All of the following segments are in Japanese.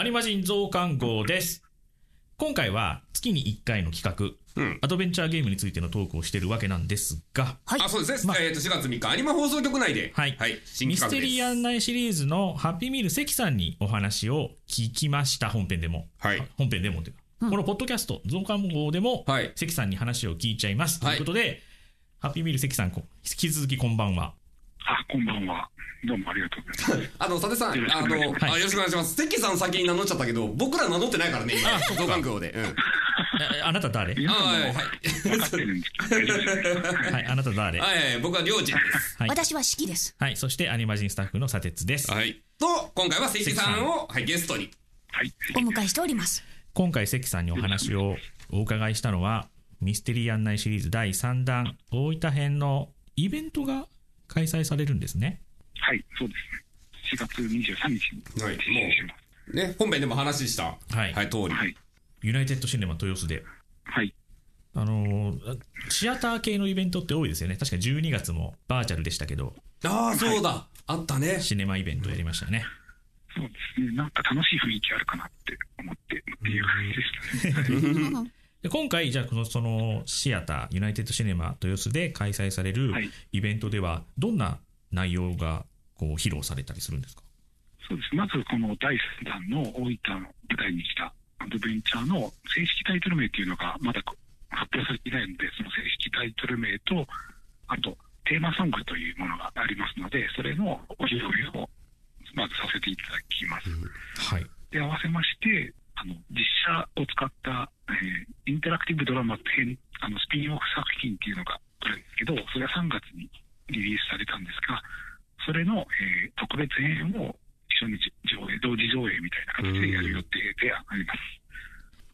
アニマジン増刊号です。今回は月に1回の企画、アドベンチャーゲームについてのトークをしているわけなんですが、 はい、あ、そうですね、4月3日アニマ放送局内で、 はいはい、ミステリー案内シリーズのハッピーミール関さんにお話を聞きました。本編でも、はい、本編でもというか、このポッドキャスト増刊号でも、はい、関さんに話を聞いちゃいます、はい、ということで、ハッピーミール関さん、引き続きこんばんは。 こんばんは。どうもありがとうございます。 佐手さん、よろしくお願いします。関さん先に名乗っちゃったけど、僕ら名乗ってないからね、今。増刊号で。 あなた誰？ 分かってるんです。 はい、あなた誰？ はい、僕はりょうちんです。 私は四季です。 はい、そしてアニマジンスタッフの佐哲です。 はい。と、今回は関さんをゲストに。 はい。お迎えしております。 今回関さんにお話をお伺いしたのは、ミステリー案内シリーズ第3弾、大分編のイベントが開催されるんですね。 はい、そうですね。4月23日に実施します。 ね、本編でも話した、はい、通り、はい。 ユナイテッドシネマ豊洲で。 はい。 シアター系のイベントって多いですよね。確か12月もバーチャルでしたけど。 ああ、そうだ、はい、あったね。 シネマイベントやりましたね。 そうですね。なんか楽しい雰囲気あるかなって思ってっていう感じでしたね。 で今回、じゃあそのシアター、ユナイテッドシネマ豊洲で開催されるイベントでは、どんな内容がこう披露されたりするんですか？ そうです。まずこの第3弾の大分の舞台にしたアドベンチャーの正式タイトル名っていうのがまだ発表されていないので、その正式タイトル名と、あとテーマソングというものがありますので、それのお披露目をまずさせていただきます。 はい。 で、合わせまして、実写を使った、インタラクティブドラマ編、スピンオフ作品っていうのがあるんですけど、それは3月にリリースされたんですが、それの、特別編を一緒に同時上映みたいな形でやる予定であります。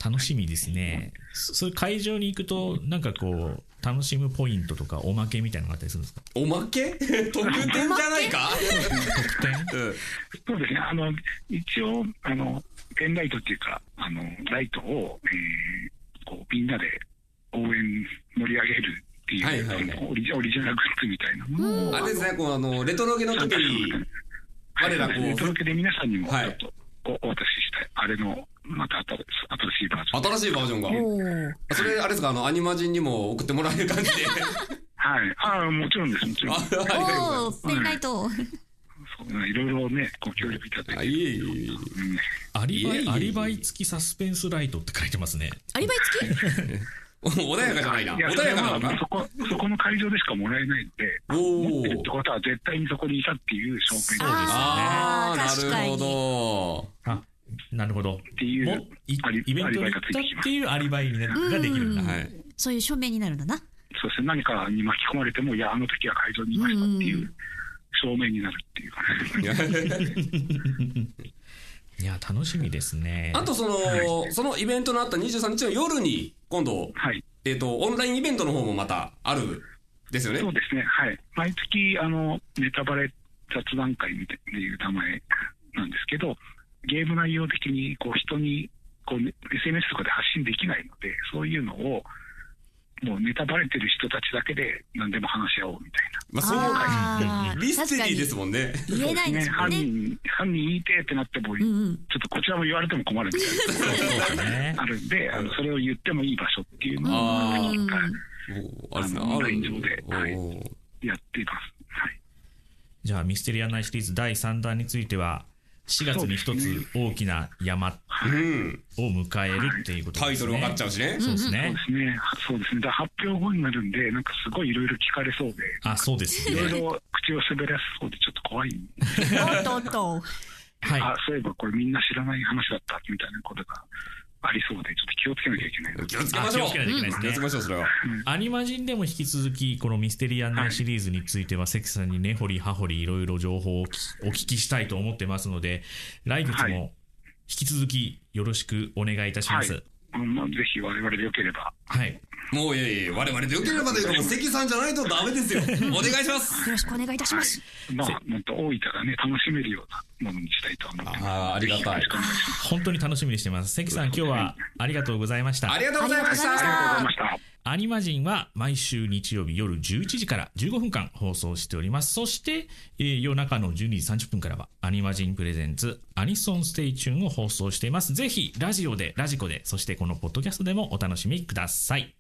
楽しみですね。そういう会場に行くと、なんかこう、楽しむポイントとかおまけみたいなのがあったりするんですか？ おまけ特典じゃないか特典そうですね。一応、ペンライトっていうか、ライトを、こうみんなで応援盛り上げるっていう、はいはいはい、オリジナルグッズみたいなのを、 あれですね、こうレトロゲの時に、我らこう、 レトロゲで皆さんにもちょっとお渡ししたい、あれの、また新しいバージョン。 新しいバージョンが。それ、あれですか、アニマジンにも送ってもらえる感じで。 はい。もちろんです、もちろん。 ペンライト。 いろいろね、ご協力いただいて。 アリバイ付きサスペンスライトって書いてますね。 アリバイ付き穏やかじゃないな。穏やかなのか。 そこの会場でしかもらえないので、持ってるってことは絶対にそこにいたっていう証明。そうですね。 なるほど。 なるほど。 っていうイベントに行ったっていうアリバイができるんだ。 そういう証明になるんだな。 そうですね。何かに巻き込まれても、いや、あの時は会場にいましたっていう証明になるっていう感じ。 いや、楽しみですね。 あとそのイベントのあった23日の夜に、今度、はい、オンラインイベントの方もまたあるですよね。 そうですね。はい。毎月、ネタバレ雑談会っていう名前なんですけど、ゲーム内容的に、こう、人に、こう、SNS とかで発信できないので、そういうのを、もうネタバレてる人たちだけで何でも話し合おうみたいな。 まあそうミステリーですもんね。 言えないですもんね。 犯人言いてってなっても、ちょっとこちらも言われても困るみたいなあるんで、それを言ってもいい場所っていうのを何かオンライン上で、やっています。はい。 じゃあミステリー案内シリーズ第3弾については、4月に一つ大きな山を迎えるっていうことですね。 タイトル分かっちゃうしね。 そうですね。 そうですね。だ発表後になるんで、なんかすごいいろいろ聞かれそうで。 そうですね。 いろいろ口を滑らせそうでちょっと怖い。 おっと。 はい。そういえばこれみんな知らない話だったみたいなことがありそうで、ちょっと気をつけなきゃいけない。 気をつけましょう。 気をつけないといけないですね。 気をつけましょう、それは。 アニマジンでも引き続き、このミステリー案内シリーズについては、関さんに根掘り葉掘りいろいろ情報をお聞きしたいと思ってますので、来月も引き続きよろしくお願いいたします。ぜひ我々でよければ。 はい。 もう我々でよければというか、もう関さんじゃないとダメですよ。お願いします。 よろしくお願いいたします。 もっと大分がね、楽しめるようなものにしたいと思ってます。 ありがたい。 本当に楽しみにしてます。関さん、今日はありがとうございました。 ありがとうございました。 ありがとうございました。 アニマジンは毎週日曜日夜11時から15分間放送しております。そして、夜中の12時30分からはアニマジンプレゼンツアニソンステイチューンを放送しています。ぜひラジコで、そしてこのポッドキャストでもお楽しみください。